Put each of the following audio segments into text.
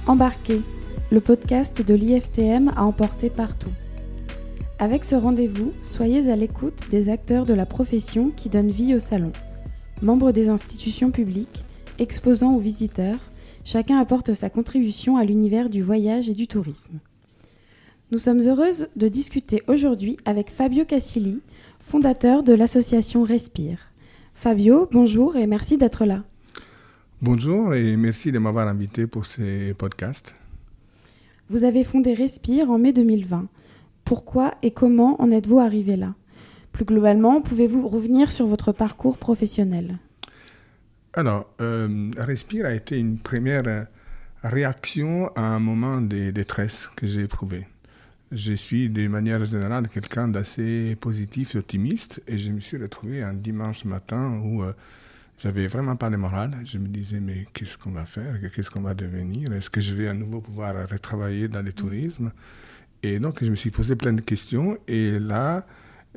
Embarquez, le podcast de l'IFTM à emporter partout. Avec ce rendez-vous, soyez à l'écoute des acteurs de la profession qui donnent vie au salon. Membres des institutions publiques, exposants ou visiteurs, chacun apporte sa contribution à l'univers du voyage et du tourisme. Nous sommes heureuses de discuter aujourd'hui avec Fabio Cassilli, fondateur de l'association Respire. Fabio, bonjour et merci d'être là. Bonjour et merci de m'avoir invité pour ces podcasts. Vous avez fondé Respire en mai 2020. Pourquoi et comment en êtes-vous arrivé là ? Plus globalement, pouvez-vous revenir sur votre parcours professionnel ? Alors, Respire a été une première réaction à un moment de détresse que j'ai éprouvé. Je suis de manière générale quelqu'un d'assez positif et optimiste et je me suis retrouvé un dimanche matin où j'avais vraiment pas le moral. Je me disais, mais qu'est-ce qu'on va faire ? Qu'est-ce qu'on va devenir ? Est-ce que je vais à nouveau pouvoir retravailler dans le tourisme ? Et donc, je me suis posé plein de questions. Et là,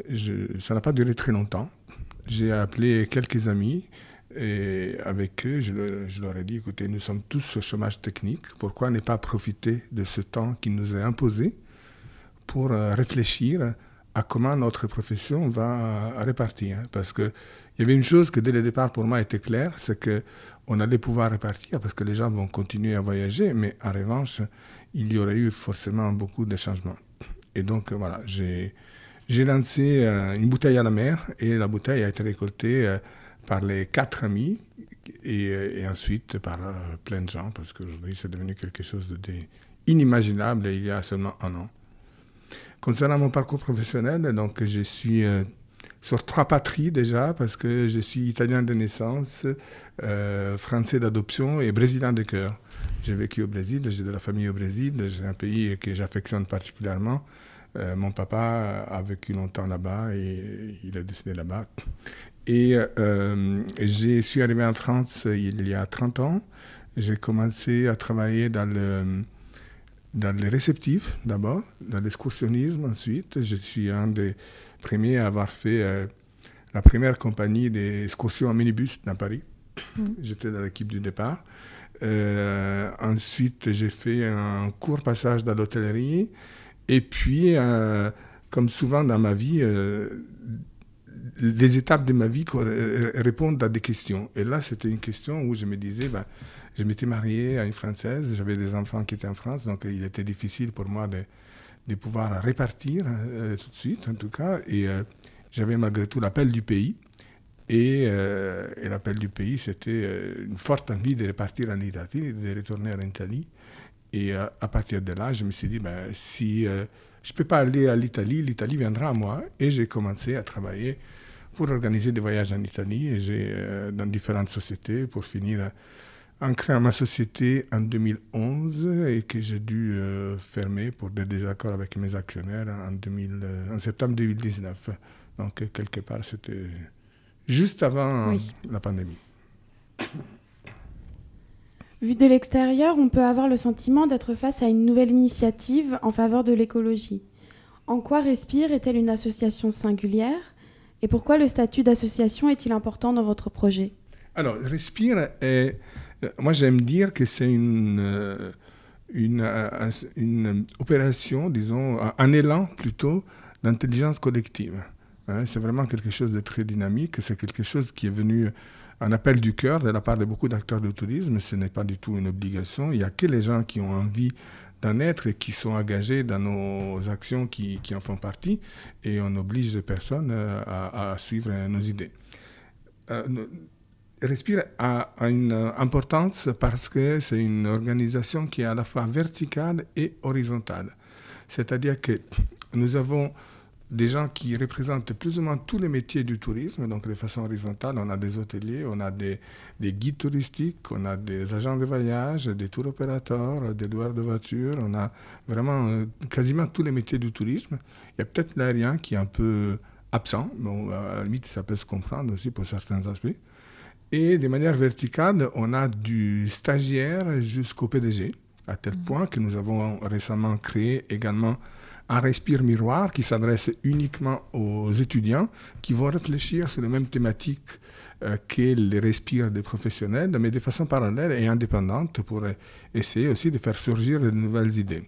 ça n'a pas duré très longtemps. J'ai appelé quelques amis et avec eux, je leur ai dit, écoutez, nous sommes tous au chômage technique. Pourquoi ne pas profiter de ce temps qui nous est imposé pour réfléchir à comment notre profession va répartir. Parce qu'il y avait une chose que dès le départ pour moi était claire, c'est qu'on allait pouvoir répartir parce que les gens vont continuer à voyager, mais en revanche, il y aurait eu forcément beaucoup de changements. Et donc voilà, j'ai lancé une bouteille à la mer et la bouteille a été récoltée par les 4 amis et ensuite par plein de gens parce qu'aujourd'hui c'est devenu quelque chose d'inimaginable il y a seulement un an. Concernant mon parcours professionnel, donc je suis sur 3 patries déjà, parce que je suis italien de naissance, français d'adoption et brésilien de cœur. J'ai vécu au Brésil, j'ai de la famille au Brésil, c'est un pays que j'affectionne particulièrement. Mon papa a vécu longtemps là-bas et il est décédé là-bas. Et je suis arrivé en France il y a 30 ans. J'ai commencé à travailler dans les réceptifs d'abord, dans l'excursionnisme ensuite. Je suis un des premiers à avoir fait la première compagnie d'excursions en minibus dans Paris. J'étais dans l'équipe du départ. Ensuite, j'ai fait un court passage dans l'hôtellerie. Et puis, comme souvent dans ma vie, les étapes de ma vie répondent à des questions. Et là, c'était une question où je me disais, je m'étais marié à une Française, j'avais des enfants qui étaient en France, donc il était difficile pour moi de pouvoir répartir tout de suite, en tout cas. Et j'avais malgré tout l'appel du pays. Et l'appel du pays, c'était une forte envie de repartir en Italie, de retourner en Italie. Et à partir de là, je me suis dit, si je ne peux pas aller à l'Italie, l'Italie viendra à moi. Et j'ai commencé à travailler pour organiser des voyages en Italie, et dans différentes sociétés, pour finir en créant ma société en 2011 et que j'ai dû fermer pour des désaccords avec mes actionnaires en septembre 2019. Donc, quelque part, c'était juste avant la pandémie. Vu de l'extérieur, on peut avoir le sentiment d'être face à une nouvelle initiative en faveur de l'écologie. En quoi Respire est-elle une association singulière ? Et pourquoi le statut d'association est-il important dans votre projet ? Alors, Respire moi j'aime dire que c'est une opération, disons, un élan plutôt d'intelligence collective. C'est vraiment quelque chose de très dynamique, c'est quelque chose qui est venu un appel du cœur de la part de beaucoup d'acteurs du tourisme. Ce n'est pas du tout une obligation. Il n'y a que les gens qui ont envie d'en être et qui sont engagés dans nos actions qui en font partie. Et on n'oblige personne à suivre nos idées. Respire a une importance parce que c'est une organisation qui est à la fois verticale et horizontale. C'est-à-dire que nous avons des gens qui représentent plus ou moins tous les métiers du tourisme, donc de façon horizontale. On a des hôteliers, on a des guides touristiques, on a des agents de voyage, des tour opérateurs, des loueurs de voitures. On a vraiment quasiment tous les métiers du tourisme. Il y a peut-être l'aérien qui est un peu absent. Bon, à la limite, ça peut se comprendre aussi pour certains aspects. Et de manière verticale, on a du stagiaire jusqu'au PDG, à tel point que nous avons récemment créé également un respire miroir qui s'adresse uniquement aux étudiants qui vont réfléchir sur les mêmes thématiques que les respires des professionnels, mais de façon parallèle et indépendante pour essayer aussi de faire surgir de nouvelles idées.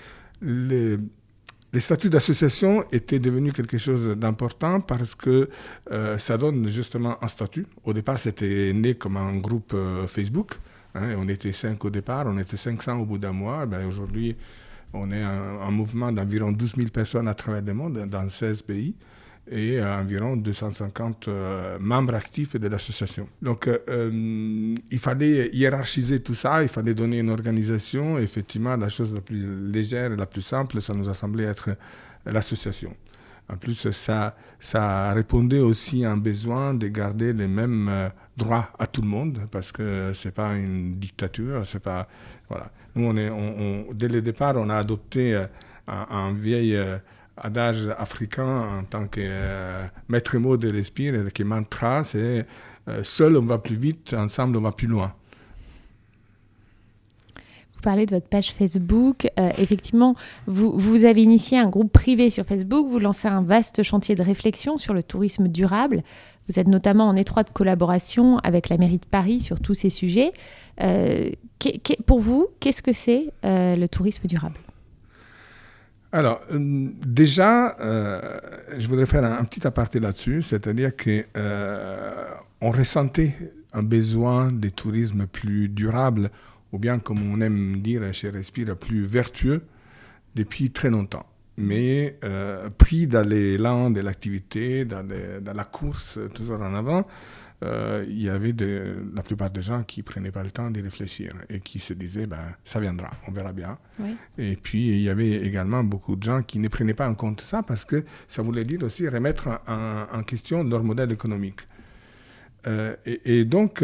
Les statuts d'association étaient devenus quelque chose d'important parce que ça donne justement un statut. Au départ, c'était né comme un groupe Facebook. On était 5 au départ, on était 500 au bout d'un mois. Aujourd'hui, on est un mouvement d'environ 12 000 personnes à travers le monde, dans 16 pays, et environ 250 membres actifs de l'association. Donc, il fallait hiérarchiser tout ça, il fallait donner une organisation. Effectivement, la chose la plus légère et la plus simple, ça nous a semblé être l'association. En plus, ça répondait aussi à un besoin de garder les mêmes droits à tout le monde, parce que c'est pas une dictature, c'est pas... Voilà. Nous, dès le départ, on a adopté un vieil adage africain en tant que maître mot de respire, qui mantra, c'est seul on va plus vite, ensemble on va plus loin. Vous parlez de votre page Facebook. Effectivement, vous avez initié un groupe privé sur Facebook. Vous lancez un vaste chantier de réflexion sur le tourisme durable. Vous êtes notamment en étroite collaboration avec la mairie de Paris sur tous ces sujets. Pour vous, qu'est-ce que c'est le tourisme durable ? Alors, déjà, je voudrais faire un petit aparté là-dessus, c'est-à-dire qu'on ressentait un besoin de tourisme plus durable, ou bien, comme on aime dire chez Respire, plus vertueux, depuis très longtemps. Mais pris dans l'élan de l'activité, dans la course toujours en avant, il y avait la plupart des gens qui ne prenaient pas le temps d'y réfléchir et qui se disaient ça viendra, on verra bien. Oui. Et puis il y avait également beaucoup de gens qui ne prenaient pas en compte ça parce que ça voulait dire aussi remettre en question leur modèle économique. Et donc,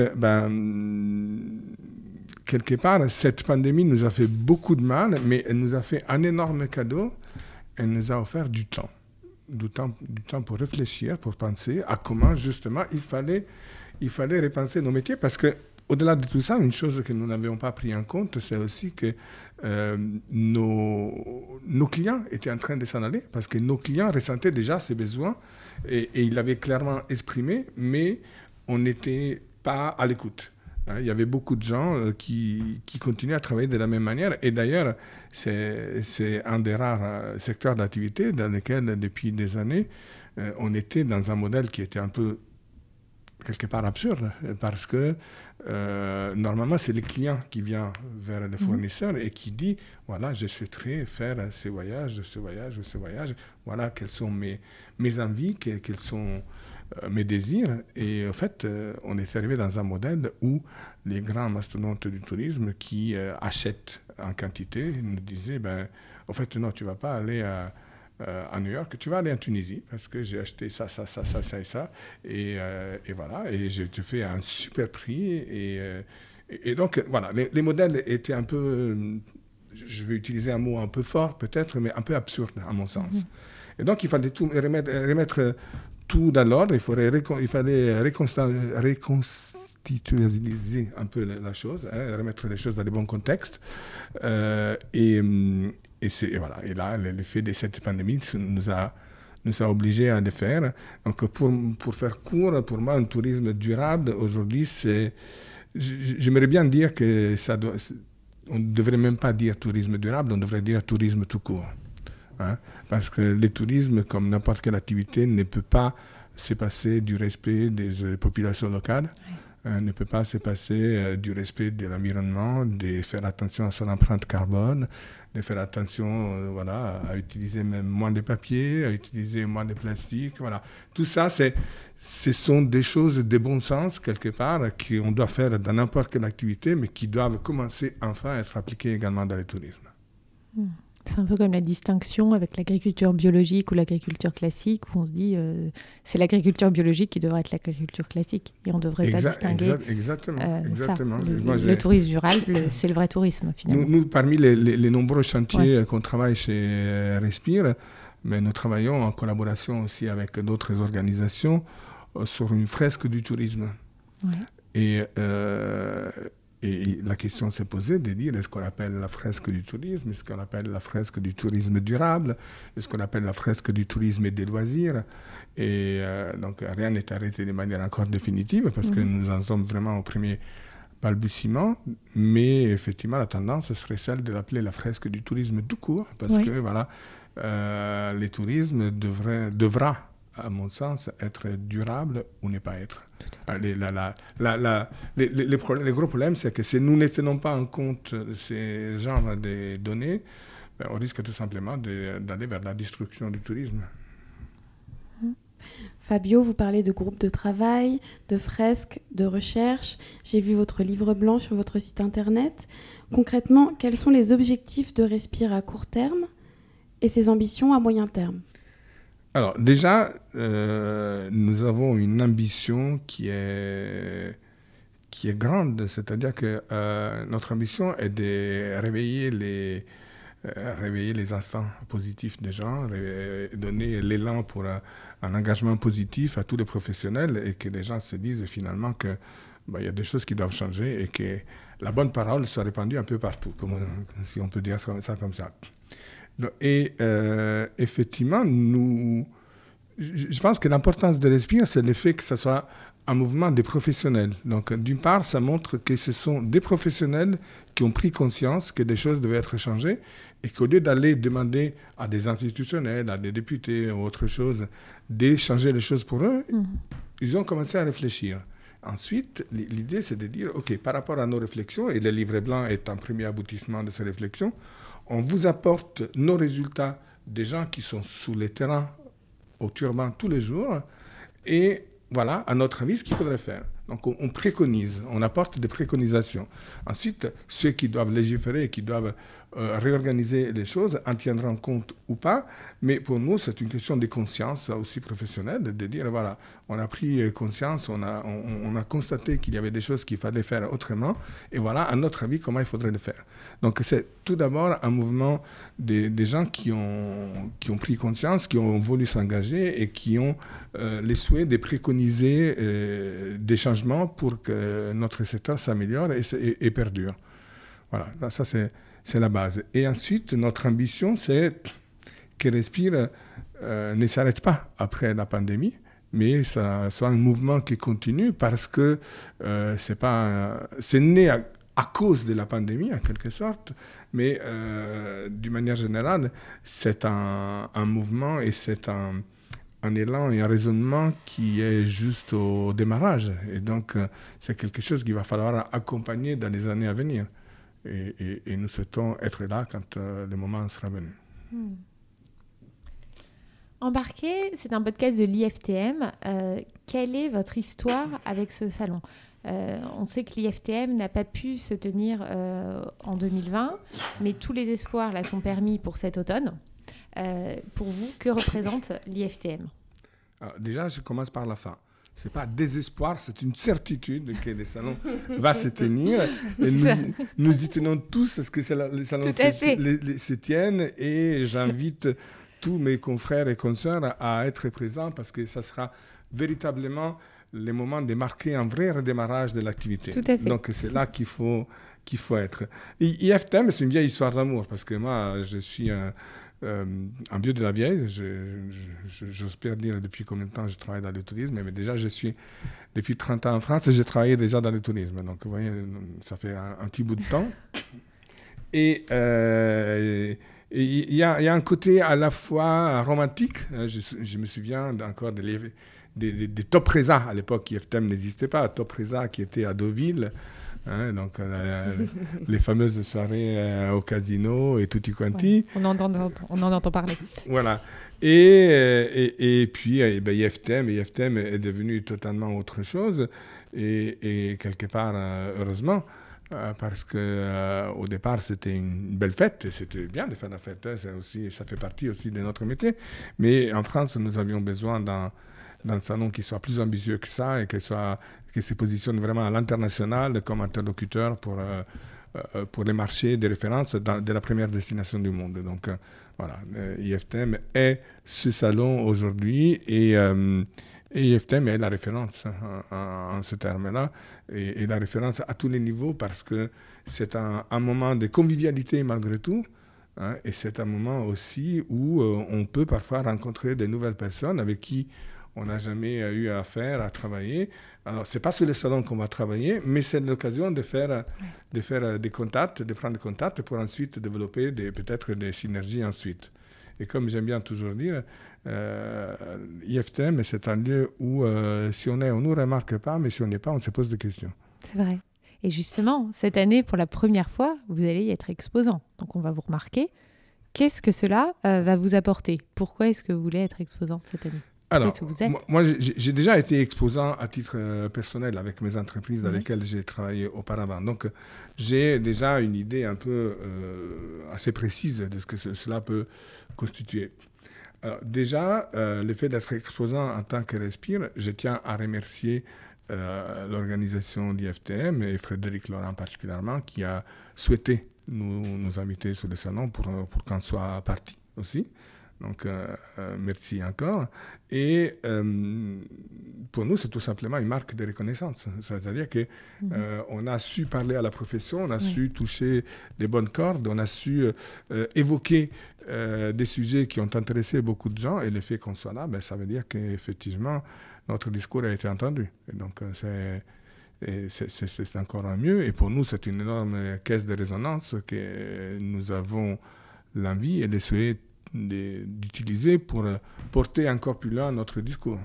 quelque part, cette pandémie nous a fait beaucoup de mal, mais elle nous a fait un énorme cadeau. Elle nous a offert du temps pour réfléchir, pour penser à comment justement il fallait repenser nos métiers, parce que au-delà de tout ça, une chose que nous n'avions pas pris en compte, c'est aussi que nos clients étaient en train de s'en aller, parce que nos clients ressentaient déjà ces besoins et ils l'avaient clairement exprimé, mais on n'était pas à l'écoute. Il y avait beaucoup de gens qui continuaient à travailler de la même manière. Et d'ailleurs, c'est un des rares secteurs d'activité dans lesquels, depuis des années, on était dans un modèle qui était un peu, quelque part, absurde. Parce que, normalement, c'est le client qui vient vers le fournisseur et qui dit, voilà, je souhaiterais faire ce voyage. Voilà, quelles sont mes envies, quelles sont... mes désirs. Et en fait, on est arrivé dans un modèle où les grands mastodontes du tourisme qui achètent en quantité nous disaient, en fait, non, tu ne vas pas aller à New York, tu vas aller en Tunisie parce que j'ai acheté ça et ça. Et voilà, et je te fais un super prix. Et donc, voilà, les modèles étaient un peu, je vais utiliser un mot un peu fort peut-être, mais un peu absurde à mon sens. Et donc, il fallait tout remettre tout dans l'ordre, il fallait reconstitutionnaliser un peu la chose, remettre les choses dans les bons contextes. Et voilà. Et là, l'effet de cette pandémie nous a obligés à le faire. Donc, pour faire court, pour moi, un tourisme durable, aujourd'hui, j'aimerais bien dire que on ne devrait même pas dire tourisme durable, on devrait dire tourisme tout court. Parce que le tourisme, comme n'importe quelle activité, ne peut pas se passer du respect des populations locales, ne peut pas se passer du respect de l'environnement, de faire attention à son empreinte carbone, de faire attention à utiliser même moins de papier, à utiliser moins de plastique. Voilà. Tout ça, ce sont des choses de bon sens, quelque part, qu'on doit faire dans n'importe quelle activité, mais qui doivent commencer enfin à être appliquées également dans le tourisme. C'est un peu comme la distinction avec l'agriculture biologique ou l'agriculture classique, où on se dit c'est l'agriculture biologique qui devrait être l'agriculture classique. Et on ne devrait pas distinguer exactement. Le tourisme durable, c'est le vrai tourisme, finalement. Nous parmi les nombreux chantiers qu'on travaille chez Respire, mais nous travaillons en collaboration aussi avec d'autres organisations sur une fresque du tourisme. Et Et la question s'est posée de dire, est-ce qu'on appelle la fresque du tourisme, est-ce qu'on appelle la fresque du tourisme durable, est-ce qu'on appelle la fresque du tourisme et des loisirs? Et donc rien n'est arrêté de manière encore définitive, parce que nous en sommes vraiment au premier balbutiement, mais effectivement la tendance serait celle de l'appeler la fresque du tourisme tout court, parce que voilà, le tourisme devra, à mon sens, être durable ou ne pas être. Les gros problèmes, c'est que si nous ne tenons pas en compte ces genres de données, on risque tout simplement d'aller vers la destruction du tourisme. Fabio, vous parlez de groupes de travail, de fresques, de recherche. J'ai vu votre livre blanc sur votre site internet. Concrètement, quels sont les objectifs de Respire à court terme et ses ambitions à moyen terme? Alors déjà, nous avons une ambition qui est grande, c'est-à-dire que notre ambition est de réveiller les instants positifs des gens, donner l'élan pour un engagement positif à tous les professionnels et que les gens se disent finalement que y a des choses qui doivent changer et que la bonne parole soit répandue un peu partout, si on peut dire ça comme ça. Et effectivement, je pense que l'importance de Respire, c'est le fait que ce soit un mouvement des professionnels. Donc, d'une part, ça montre que ce sont des professionnels qui ont pris conscience que des choses devaient être changées et qu'au lieu d'aller demander à des institutionnels, à des députés ou autre chose, de changer les choses pour eux, ils ont commencé à réfléchir. Ensuite, l'idée, c'est de dire, OK, par rapport à nos réflexions, et le livre blanc est un premier aboutissement de ces réflexions, on vous apporte nos résultats des gens qui sont sous les terrains au turban tous les jours, et voilà, à notre avis, ce qu'il faudrait faire. Donc, on préconise, on apporte des préconisations. Ensuite, ceux qui doivent légiférer, qui doivent réorganiser les choses, en tiendront compte ou pas. Mais pour nous, c'est une question de conscience aussi professionnelle, de dire, voilà, on a pris conscience, on a constaté qu'il y avait des choses qu'il fallait faire autrement. Et voilà, à notre avis, comment il faudrait le faire. Donc, c'est tout d'abord un mouvement des gens qui ont pris conscience, qui ont voulu s'engager et qui ont les souhaits de préconiser des changements pour que notre secteur s'améliore et perdure. Voilà, ça c'est la base. Et ensuite, notre ambition, c'est que Respire ne s'arrête pas après la pandémie, mais ça soit un mouvement qui continue parce que c'est né à cause de la pandémie, en quelque sorte, mais d'une manière générale, c'est un mouvement et c'est un élan et un raisonnement qui est juste au démarrage. Et donc, c'est quelque chose qu'il va falloir accompagner dans les années à venir. Et nous souhaitons être là quand le moment sera venu. Embarqué, c'est un podcast de l'IFTM. Quelle est votre histoire avec ce salon ? On sait que l'IFTM n'a pas pu se tenir en 2020, mais tous les espoirs là sont permis pour cet automne. Pour vous, que représente l'IFTM ? Alors, déjà, je commence par la fin. Ce n'est pas désespoir, c'est une certitude que le salon va se tenir. Et nous y tenons tous, parce que le salon se tienne. Et j'invite tous mes confrères et consoeurs à être présents, parce que ça sera véritablement le moment de marquer un vrai redémarrage de l'activité. Tout à fait. Donc, c'est là qu'il faut être. Et IFTM, c'est une vieille histoire d'amour, parce que moi, je suis un vieux de la vieille. J'espère dire depuis combien de temps je travaille dans le tourisme, mais déjà je suis depuis 30 ans en France et j'ai travaillé déjà dans le tourisme, donc vous voyez, ça fait un petit bout de temps. Et il y a un côté à la fois romantique. Je me souviens encore des Top Reza. À l'époque, IFTM n'existait pas. Top Reza qui était à Deauville. Donc les fameuses soirées au casino et tutti quanti. Ouais, on en entend parler. Voilà. Et puis IFTM est devenu totalement autre chose. Et quelque part, heureusement, parce qu'au départ, c'était une belle fête. Et c'était bien de faire la fête. Ça fait partie aussi de notre métier. Mais en France, nous avions besoin d'un salon qui soit plus ambitieux que ça et qui se positionne vraiment à l'international comme interlocuteur pour les marchés de référence de la première destination du monde. Donc voilà, IFTM est ce salon aujourd'hui et Et IFTM est la référence en ce terme-là, et la référence à tous les niveaux, parce que c'est un moment de convivialité malgré tout, hein, et c'est un moment aussi où on peut parfois rencontrer de nouvelles personnes avec qui on n'a jamais eu affaire à travailler. Alors, ce n'est pas sur le salon qu'on va travailler, mais c'est l'occasion de faire des contacts, de prendre des contacts pour ensuite développer peut-être des synergies ensuite. Et comme j'aime bien toujours dire, IFTM, c'est un lieu où si on est, on ne nous remarque pas, mais si on n'est pas, on se pose des questions. C'est vrai. Et justement, cette année, pour la première fois, vous allez y être exposant. Donc, on va vous remarquer. Qu'est-ce que cela va vous apporter ? Pourquoi est-ce que vous voulez être exposant cette année ? Alors, moi, j'ai déjà été exposant à titre personnel avec mes entreprises dans lesquelles j'ai travaillé auparavant. Donc, j'ai déjà une idée un peu assez précise de ce que cela peut constituer. Alors, déjà, le fait d'être exposant en tant que Respire, je tiens à remercier l'organisation d'IFTM et Frédéric Laurent particulièrement, qui a souhaité nous inviter sur le salon pour qu'on soit partis aussi. Donc, merci encore. Et pour nous, c'est tout simplement une marque de reconnaissance. C'est-à-dire qu'on a su parler à la profession, on a su toucher les bonnes cordes, on a su évoquer des sujets qui ont intéressé beaucoup de gens. Et le fait qu'on soit là, ça veut dire qu'effectivement, notre discours a été entendu. Et donc, c'est encore un mieux. Et pour nous, c'est une énorme caisse de résonance que nous avons l'envie et le souhait d'utiliser pour porter encore plus loin notre discours.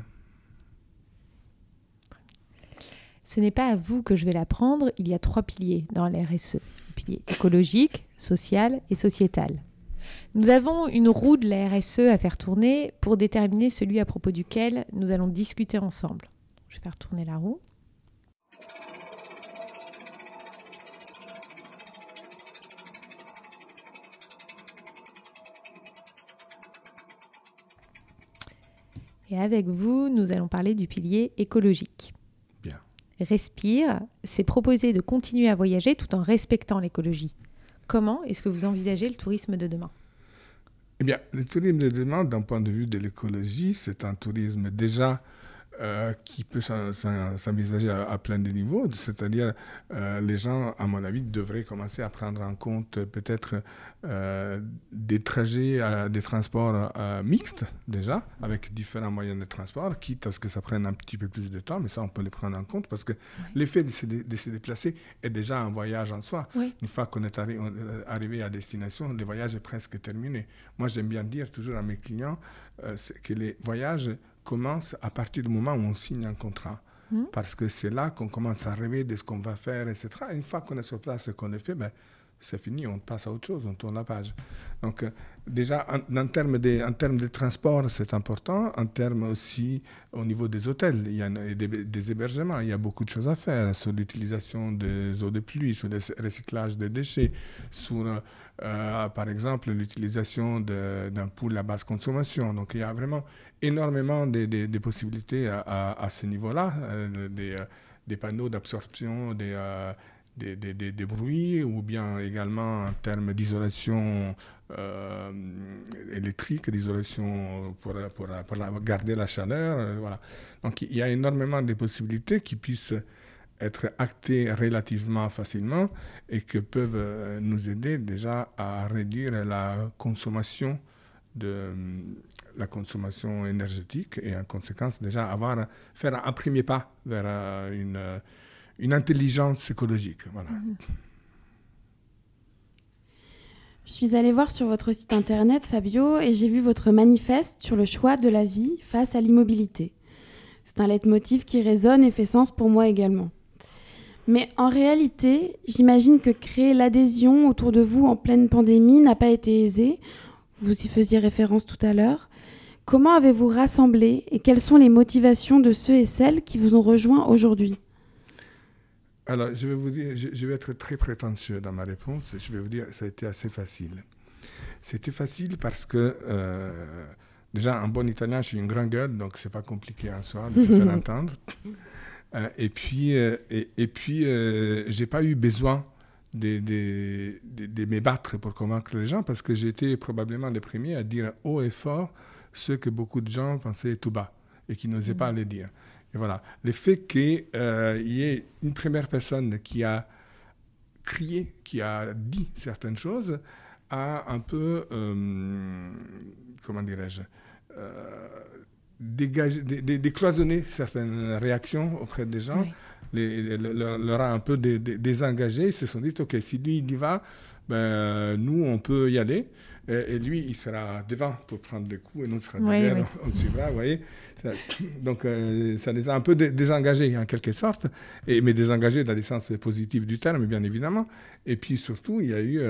Ce n'est pas à vous que je vais l'apprendre, il y a 3 piliers dans la RSE. Le pilier écologique, social et sociétal. Nous avons une roue de la RSE à faire tourner pour déterminer celui à propos duquel nous allons discuter ensemble. Je vais faire tourner la roue. Et avec vous, nous allons parler du pilier écologique. Bien. Respire, c'est proposer de continuer à voyager tout en respectant l'écologie. Comment est-ce que vous envisagez le tourisme de demain ? Eh bien, le tourisme de demain, d'un point de vue de l'écologie, c'est un tourisme déjà qui peut s'envisager à plein de niveaux. C'est-à-dire, les gens, à mon avis, devraient commencer à prendre en compte peut-être des trajets, des transports mixtes, déjà, avec différents moyens de transport, quitte à ce que ça prenne un petit peu plus de temps, mais ça, on peut les prendre en compte, parce que l'effet de se déplacer est déjà un voyage en soi. Oui. Une fois qu'on est arrivé à destination, le voyage est presque terminé. Moi, j'aime bien dire toujours à mes clients que les voyages commence à partir du moment où on signe un contrat. Parce que c'est là qu'on commence à rêver de ce qu'on va faire, etc. Et une fois qu'on est sur place et qu'on le fait, c'est fini, on passe à autre chose, on tourne la page. Donc, déjà, en termes de transport, c'est important. En termes aussi, au niveau des hôtels, il y a des hébergements, il y a beaucoup de choses à faire sur l'utilisation des eaux de pluie, sur le recyclage des déchets, sur, par exemple, l'utilisation d'un pool à basse consommation. Donc, il y a vraiment énormément de possibilités à ce niveau-là, des panneaux d'absorption, des bruits, ou bien également en termes d'isolation électrique, d'isolation pour garder la chaleur. Voilà. Donc il y a énormément de possibilités qui puissent être actées relativement facilement et qui peuvent nous aider déjà à réduire la consommation énergétique et en conséquence déjà faire un premier pas vers une intelligence écologique. Voilà. Je suis allée voir sur votre site internet, Fabio, et j'ai vu votre manifeste sur le choix de la vie face à l'immobilité. C'est un leitmotiv qui résonne et fait sens pour moi également. Mais en réalité, j'imagine que créer l'adhésion autour de vous en pleine pandémie n'a pas été aisé. Vous y faisiez référence tout à l'heure. Comment avez-vous rassemblé et quelles sont les motivations de ceux et celles qui vous ont rejoints aujourd'hui ? Alors, je vais vous dire, je vais être très prétentieux dans ma réponse. Je vais vous dire, ça a été assez facile. C'était facile parce que, déjà, en bon italien, je suis une grande gueule, donc c'est pas compliqué en soi de se faire entendre. Et puis, j'ai pas eu besoin de me battre pour convaincre les gens, parce que j'ai été probablement le premier à dire haut et fort ce que beaucoup de gens pensaient tout bas. et qui n'osaient pas le dire. Et voilà. Le fait qu'il y ait une première personne qui a crié, qui a dit certaines choses, a un peu, comment dirais-je, décloisonné certaines réactions auprès des gens, leur a un peu désengagé. Ils se sont dit, OK, si lui il y va, nous on peut y aller. Et lui, il sera devant pour prendre des coups et nous, on sera derrière, on suivra, vous voyez. Donc, ça les a un peu désengagés, en quelque sorte, mais désengagés dans le sens positif du terme, bien évidemment. Et puis, surtout, il y a eu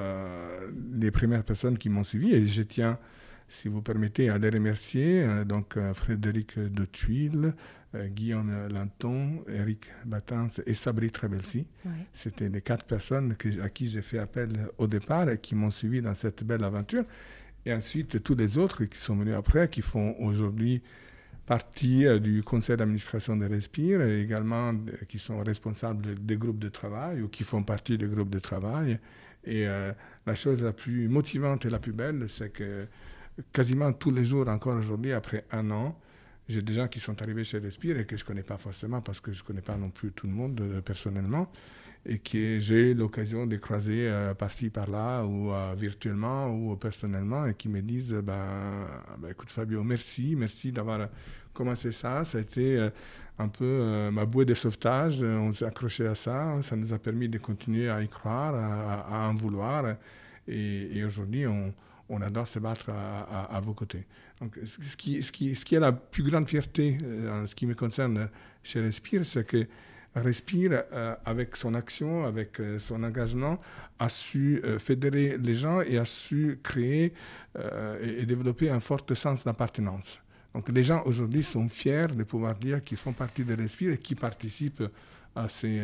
les premières personnes qui m'ont suivi, et je tiens, si vous permettez, à les remercier. Donc, Frédéric de Tuile, Guillaume Lanton, Eric Batance et Sabri Trebelsi. Ouais. C'était les 4 personnes à qui j'ai fait appel au départ et qui m'ont suivi dans cette belle aventure. Et ensuite, tous les autres qui sont venus après, qui font aujourd'hui partie du conseil d'administration de Respire et également qui sont responsables des groupes de travail ou qui font partie des groupes de travail. Et la chose la plus motivante et la plus belle, c'est que quasiment tous les jours, encore aujourd'hui, après 1 an, j'ai des gens qui sont arrivés chez Respire et que je ne connais pas forcément parce que je ne connais pas non plus tout le monde personnellement et que j'ai l'occasion de croiser par-ci, par-là ou virtuellement ou personnellement et qui me disent écoute Fabio, merci d'avoir commencé ça. Ça a été un peu ma bouée de sauvetage. On s'est accroché à ça. Ça nous a permis de continuer à y croire, à en vouloir. Et aujourd'hui, on adore se battre à vos côtés. Donc, ce qui est la plus grande fierté en ce qui me concerne chez Respire, c'est que Respire, avec son action, avec son engagement, a su fédérer les gens et a su créer et développer un fort sens d'appartenance. Donc les gens aujourd'hui sont fiers de pouvoir dire qu'ils font partie de Respire et qu'ils participent à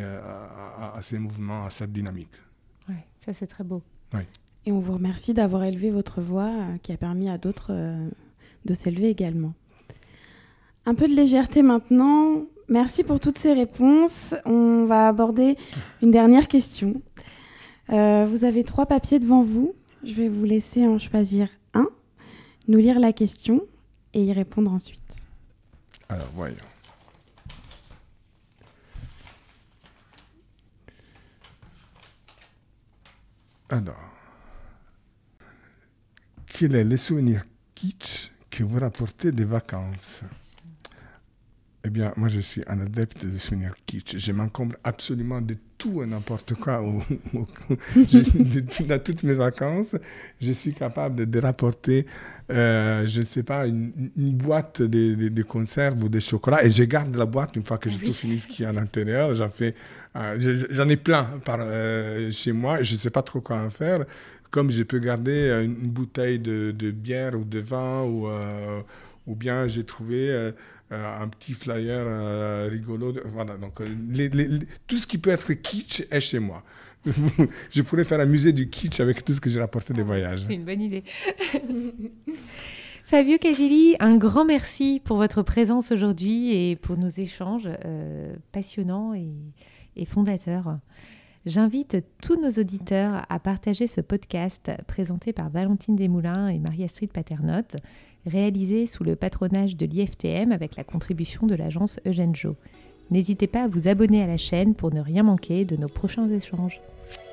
ces mouvements, à cette dynamique. Oui, ça c'est très beau. Oui. Et on vous remercie d'avoir élevé votre voix qui a permis à d'autres de s'élever également. Un peu de légèreté maintenant. Merci pour toutes ces réponses. On va aborder une dernière question. Vous avez 3 papiers devant vous. Je vais vous laisser en choisir un, nous lire la question et y répondre ensuite. Alors, voyons. Alors, quel est le souvenir kitsch que vous rapportez des vacances ? Eh bien, moi, je suis un adepte des souvenirs kitsch. Je m'encombre absolument de tout et n'importe quoi. Dans toutes mes vacances, je suis capable de rapporter, je ne sais pas, une boîte de conserves ou de chocolat. Et je garde la boîte une fois que j'ai tout fini ce qu'il y a à l'intérieur. J'en ai plein chez moi. Je ne sais pas trop quoi en faire. Comme je peux garder une bouteille de bière ou de vin ou bien j'ai trouvé un petit flyer rigolo. Voilà, donc tout ce qui peut être kitsch est chez moi. Je pourrais faire un musée du kitsch avec tout ce que j'ai rapporté des voyages. C'est une bonne idée. Fabio Casilli, un grand merci pour votre présence aujourd'hui et pour nos échanges passionnants et fondateurs. J'invite tous nos auditeurs à partager ce podcast présenté par Valentine Desmoulins et Marie-Astrid Paternotte, réalisé sous le patronage de l'IFTM avec la contribution de l'agence Eugène Jo. N'hésitez pas à vous abonner à la chaîne pour ne rien manquer de nos prochains échanges.